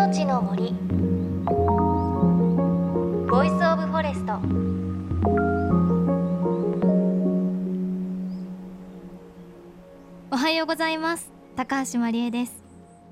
命の森ボイスオブフォレスト。おはようございます。高橋真理恵です。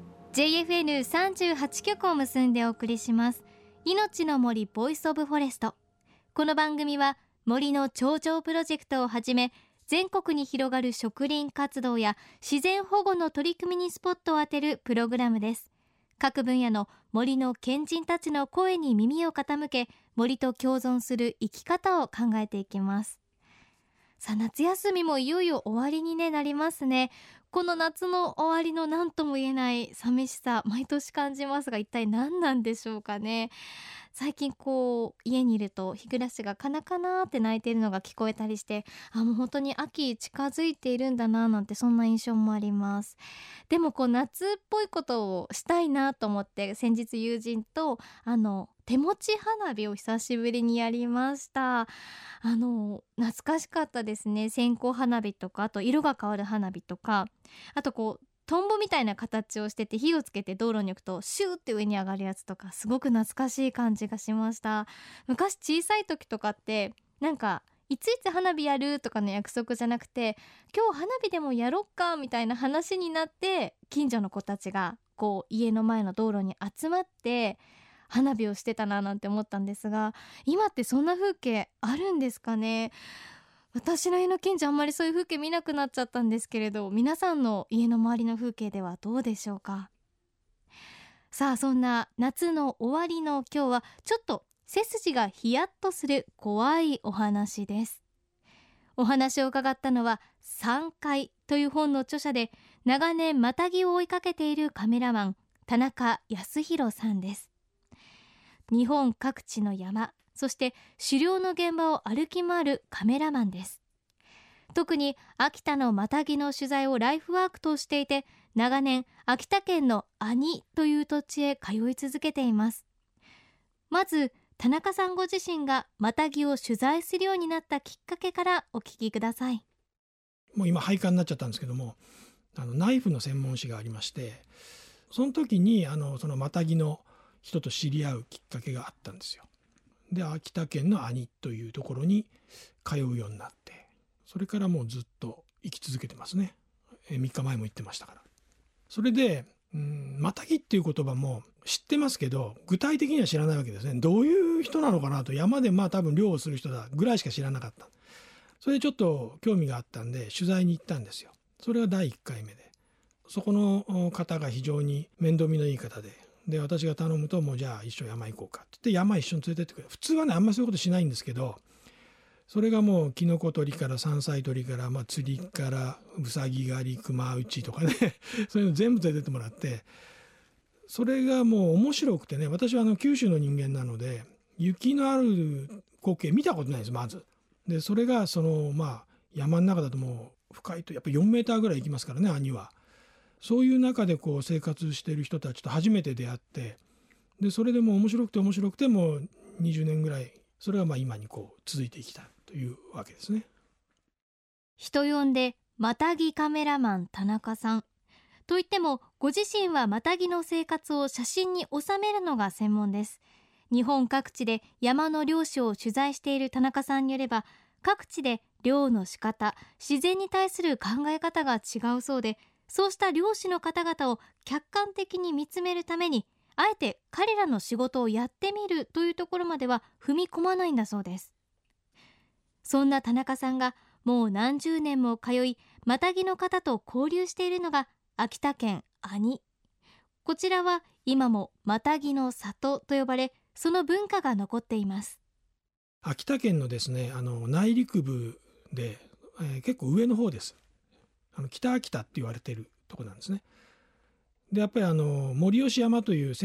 JFN38 局を結んでお送りします命の森ボイスオブフォレスト。この番組は森の頂上プロジェクトをはじめ、全国に広がる植林活動や自然保護の取り組みにスポットを当てるプログラムです。各分野の森の賢人たちの声に耳を傾け、森と共存する生き方を考えていきます。さあ、夏休みもいよいよ終わりに、なりますね。この夏の終わりの何とも言えない寂しさ、毎年感じますが、一体何なんでしょうかね。最近家にいると日暮らしがカナカナって鳴いているのが聞こえたりして、もう本当に秋近づいているんだななんて、そんな印象もあります。でも夏っぽいことをしたいなと思って、先日友人と手持ち花火を久しぶりにやりました。懐かしかったですね。線香花火とか、あと色が変わる花火とか、あとトンボみたいな形をしてて、火をつけて道路に置くとシューって上に上がるやつとか、すごく懐かしい感じがしました。昔小さい時とかって、いついつ花火やるとかの約束じゃなくて、今日花火でもやろっかみたいな話になって、近所の子たちが家の前の道路に集まって花火をしてたななんて思ったんですが、今ってそんな風景あるんですかね。私の家の近所あんまりそういう風景見なくなっちゃったんですけれど、皆さんの家の周りの風景ではどうでしょうか。さあ、そんな夏の終わりの今日は、ちょっと背筋がヒヤッとする怖いお話です。お話を伺ったのは山海という本の著者で、長年マタギを追いかけているカメラマン、田中康弘さんです。日本各地の山、そして狩猟の現場を歩き回るカメラマンです。特に秋田のマタギの取材をライフワークとしていて、長年秋田県の阿仁という土地へ通い続けています。まず田中さんご自身がマタギを取材するようになったきっかけからお聞きください。 もう今廃刊になっちゃったんですけども、ナイフの専門誌がありまして、その時にそのマタギの人と知り合うきっかけがあったんですよ。で、秋田県の阿仁というところに通うようになって、それからもうずっと生き続けてますね。3日前も行ってましたから。それでマタギっていう言葉も知ってますけど、具体的には知らないわけですね。どういう人なのかなと、山で多分猟をする人だぐらいしか知らなかった。それでちょっと興味があったんで取材に行ったんですよ。それが第1回目で、そこの方が非常に面倒見のいい方で、私が頼むと、もうじゃあ一緒に山行こうかって言って山一緒に連れてってくれる。普通はね、あんまりそういうことしないんですけど、それがもうキノコ採りから山菜採りから、釣りからウサギ狩り、熊打ちとかねそういうの全部連れてってもらって、それがもう面白くてね。私は九州の人間なので、雪のある光景見たことないです、まず。でそれが山の中だともう深いとやっぱり4メーターぐらい行きますからね、兄は。そういう中で生活している人たちと初めて出会って、でそれでもう面白くてもう20年ぐらい、それが今に続いてきたというわけですね。 人呼んでマタギカメラマン田中さんといっても、ご自身はマタギの生活を写真に収めるのが専門です。日本各地で山の猟師を取材している田中さんによれば、各地で猟の仕方、自然に対する考え方が違うそうで、そうした猟師の方々を客観的に見つめるために、あえて彼らの仕事をやってみるというところまでは踏み込まないんだそうです。そんな田中さんがもう何十年も通い、マタギの方と交流しているのが秋田県阿仁。こちらは今もマタギの里と呼ばれ、その文化が残っています。 秋田県のですね、内陸部で、結構上の方です。北秋田って言われているところなんですね。でやっぱり森吉山という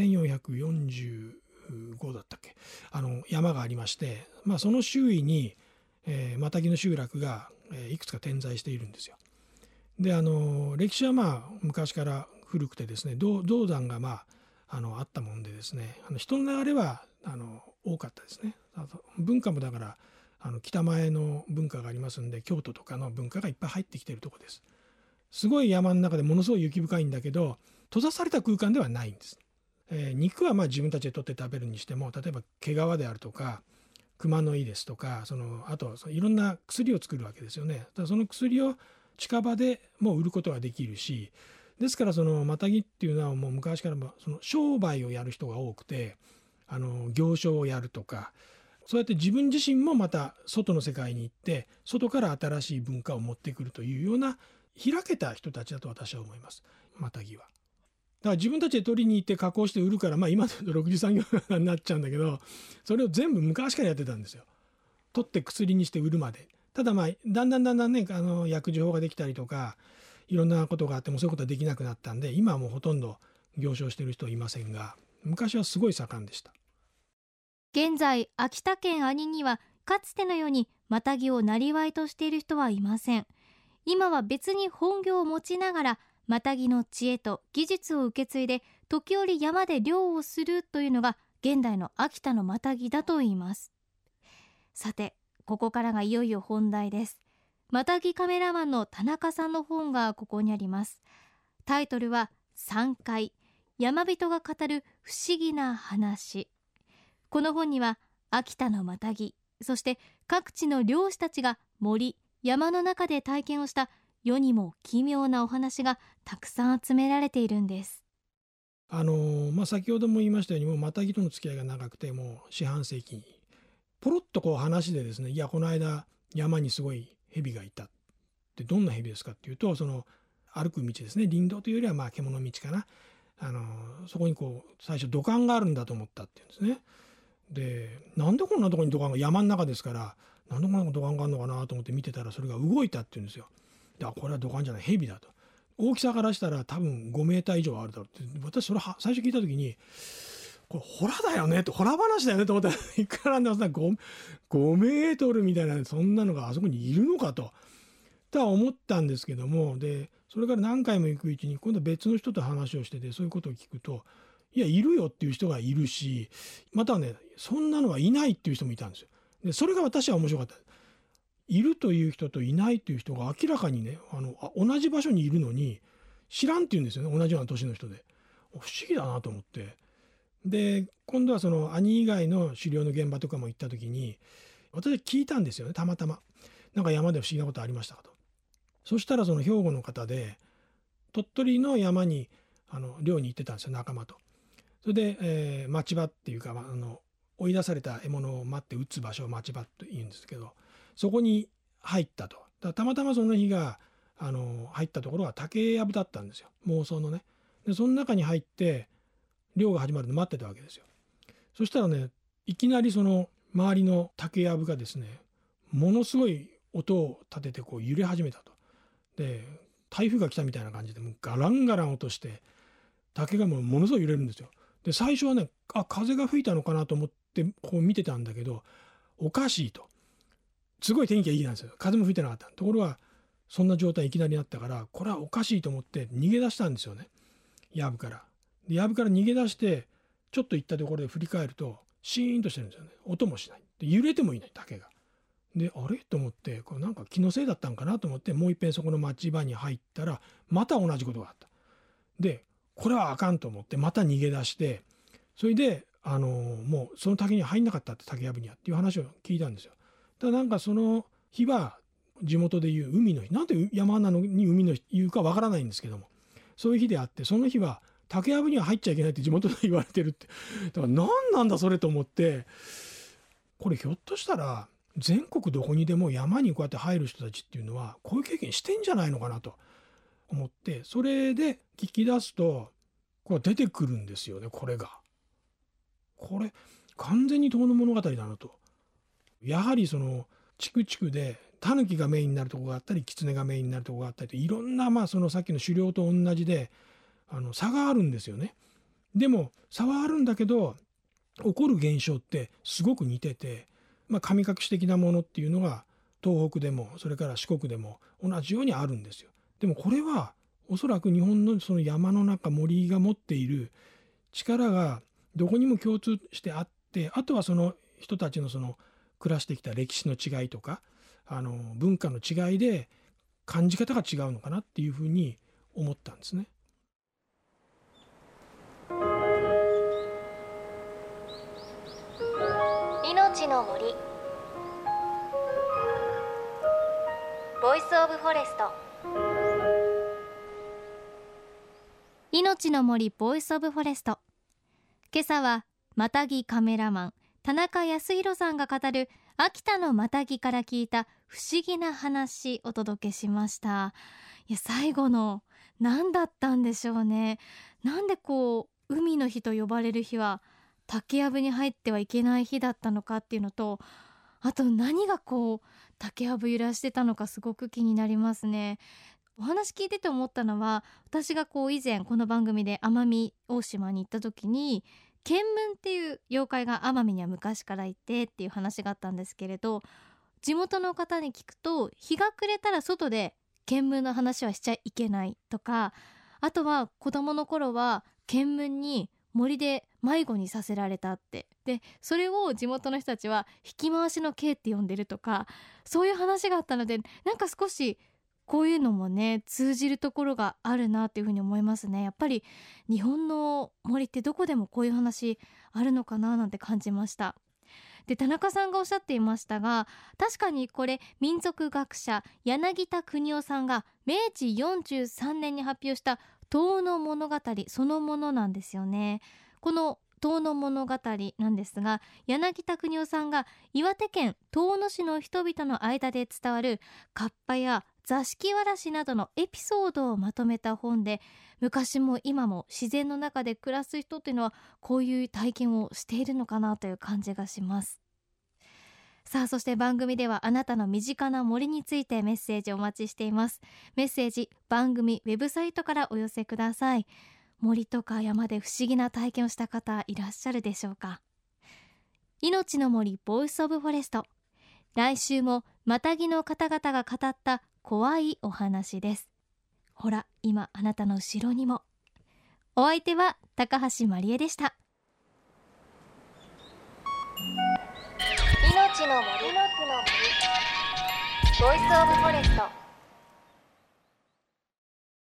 1445だったっけ、山がありまして、その周囲に、マタギの集落が、いくつか点在しているんですよ。で歴史は昔から古くてですね、銅山があったもんでですね、人の流れは多かったですね。文化もだから北前の文化がありますんで、京都とかの文化がいっぱい入ってきているところです。すごい山の中でものすごい雪深いんだけど、閉ざされた空間ではないんです。 肉はまあ自分たちで取って食べるにしても、例えば毛皮であるとか熊の胃ですとか、あといろんな薬を作るわけですよね。だからその薬を近場でもう売ることができるし、ですからそのマタギっていうのはもう昔からその商売をやる人が多くて、行商をやるとか、そうやって自分自身もまた外の世界に行って外から新しい文化を持ってくるというような開けた人たちだと私は思います、マタギは。だから自分たちで取りに行って加工して売るから、今で6次産業になっちゃうんだけど、それを全部昔からやってたんですよ。取って薬にして売るまで。ただだんだんね、薬事法ができたりとかいろんなことがあってもそういうことはできなくなったんで、今はもうほとんど行商してる人はいませんが、昔はすごい盛んでした。 現在秋田県阿仁にはかつてのようにマタギを生業としている人はいません。今は別に本業を持ちながらマタギの知恵と技術を受け継いで時折山で漁をするというのが現代の秋田のマタギだといいます。さて、ここからがいよいよ本題です。マタギカメラマンの田中さんの本がここにあります。タイトルは山海、山人が語る不思議な話。この本には秋田のマタギ、そして各地の漁師たちが森、山の中で体験をした世にも奇妙なお話がたくさん集められているんです。 先ほども言いましたように、もうマタギとの付き合いが長くて、もう四半世紀ポロッと話でですね、いやこの間山にすごい蛇がいたって、どんな蛇ですかっていうと、その歩く道ですね、林道というよりは獣道かな、そこに最初土管があるんだと思ったっていうんですね。で、なんでこんなところに土管が、山の中ですからなんでこんな土管があるのかなと思って見てたら、それが動いたっていうんですよ。で、これは土管じゃない、蛇だと。大きさからしたら多分5メーター以上あるだろうって、私それ最初聞いた時に、これホラだよねと、ホラ話だよねと思ったら、いくらなんでも5メートルみたいな、そんなのがあそこにいるのかとは思ったんですけども、でそれから何回も行くうちに今度別の人と話をしてて、そういうことを聞くと、いやいるよっていう人がいるし、またはね、そんなのはいないっていう人もいたんですよ。でそれが私は面白かった。いるという人といないという人が明らかにね、同じ場所にいるのに知らんって言うんですよね、同じような年の人で。不思議だなと思って。で今度はその兄以外の狩猟の現場とかも行った時に、私は聞いたんですよね、たまたま。なんか山で不思議なことありましたかと。そしたらその兵庫の方で、鳥取の山に猟に行ってたんですよ、仲間と。それで、待ち場っていうか、追い出された獲物を待って撃つ場所を待ち場というんですけど、そこに入ったと。たまたまその日が入ったところは竹やぶだったんですよ、妄想のね。でその中に入って漁が始まるの待ってたわけですよ。そしたらね、いきなりその周りの竹やぶがですね、ものすごい音を立てて揺れ始めたと。で台風が来たみたいな感じで、もうガランガラン音して竹がものすごい揺れるんですよ。で最初はね、風が吹いたのかなと思って見てたんだけど、おかしいと。すごい天気がいいなんですよ、風も吹いてなかった。ところがそんな状態いきなりなったから、これはおかしいと思って逃げ出したんですよね、やぶから。でやぶから逃げ出してちょっと行ったところで振り返るとシーンとしてるんですよね。音もしない。で揺れてもいない竹が。であれと思って、これなんか気のせいだったんかなと思って、もう一遍そこの町場に入ったらまた同じことがあった。でこれはあかんと思ってまた逃げ出して、それでもうその竹に入んなかったって、竹やぶにはっていう話を聞いたんですよ。ただなんかその日は地元でいう海の日、なんで山なのに海の日言うかわからないんですけども、そういう日であって、その日は竹やぶには入っちゃいけないって地元で言われてるって。だから何なんだそれと思って、これひょっとしたら全国どこにでも山にこうやって入る人たちっていうのはこういう経験してんじゃないのかなと思って、それで聞き出すとこれ出てくるんですよね。これ完全に遠野物語だなと。やはりその地区地区でタヌキがメインになるところがあったり、キツネがメインになるところがあったりと、いろんなそのさっきの狩猟と同じで差があるんですよね。でも差はあるんだけど、起こる現象ってすごく似てて、神隠し的なものっていうのが東北でもそれから四国でも同じようにあるんですよ。でもこれはおそらく日本のその山の中、森が持っている力がどこにも共通してあって、あとはその人たちのその暮らしてきた歴史の違いとか文化の違いで感じ方が違うのかなっていうふうに思ったんですね。 命の森ボイスオブフォレスト。命の森ボイスオブフォレスト。今朝はマタギカメラマン田中康弘さんが語る秋田のマタギから聞いた不思議な話お届けしました。いや、最後の何だったんでしょうね。なんで海の日と呼ばれる日は竹やぶに入ってはいけない日だったのかっていうのと、あと何が竹やぶ揺らしてたのかすごく気になりますね。お話聞いてて思ったのは、私が以前この番組で奄美大島に行った時に見聞っていう妖怪が奄美には昔からいてっていう話があったんですけれど、地元の方に聞くと日が暮れたら外で見聞の話はしちゃいけないとか、あとは子供の頃は見聞に森で迷子にさせられたって、でそれを地元の人たちは引き回しの刑って呼んでるとか、そういう話があったので、なんか少しこういうのもね通じるところがあるなっていうふうに思いますね。やっぱり日本の森ってどこでもこういう話あるのかななんて感じました。で、田中さんがおっしゃっていましたが、確かにこれ民族学者柳田国夫さんが明治43年に発表した遠野物語そのものなんですよね。この遠野物語なんですが、柳田国夫さんが岩手県遠野市の人々の間で伝わるカッパや座敷わらしなどのエピソードをまとめた本で、昔も今も自然の中で暮らす人っていうのはこういう体験をしているのかなという感じがします。さあ、そして番組ではあなたの身近な森についてメッセージをお待ちしています。メッセージ番組ウェブサイトからお寄せください。森とか山で不思議な体験をした方いらっしゃるでしょうか。命の森ボイスオブフォレスト、来週もマタギの方々が語った怖いお話です。ほら今あなたの後ろにも。お相手は高橋まりえでした。命の森ボイスオブフォレスト。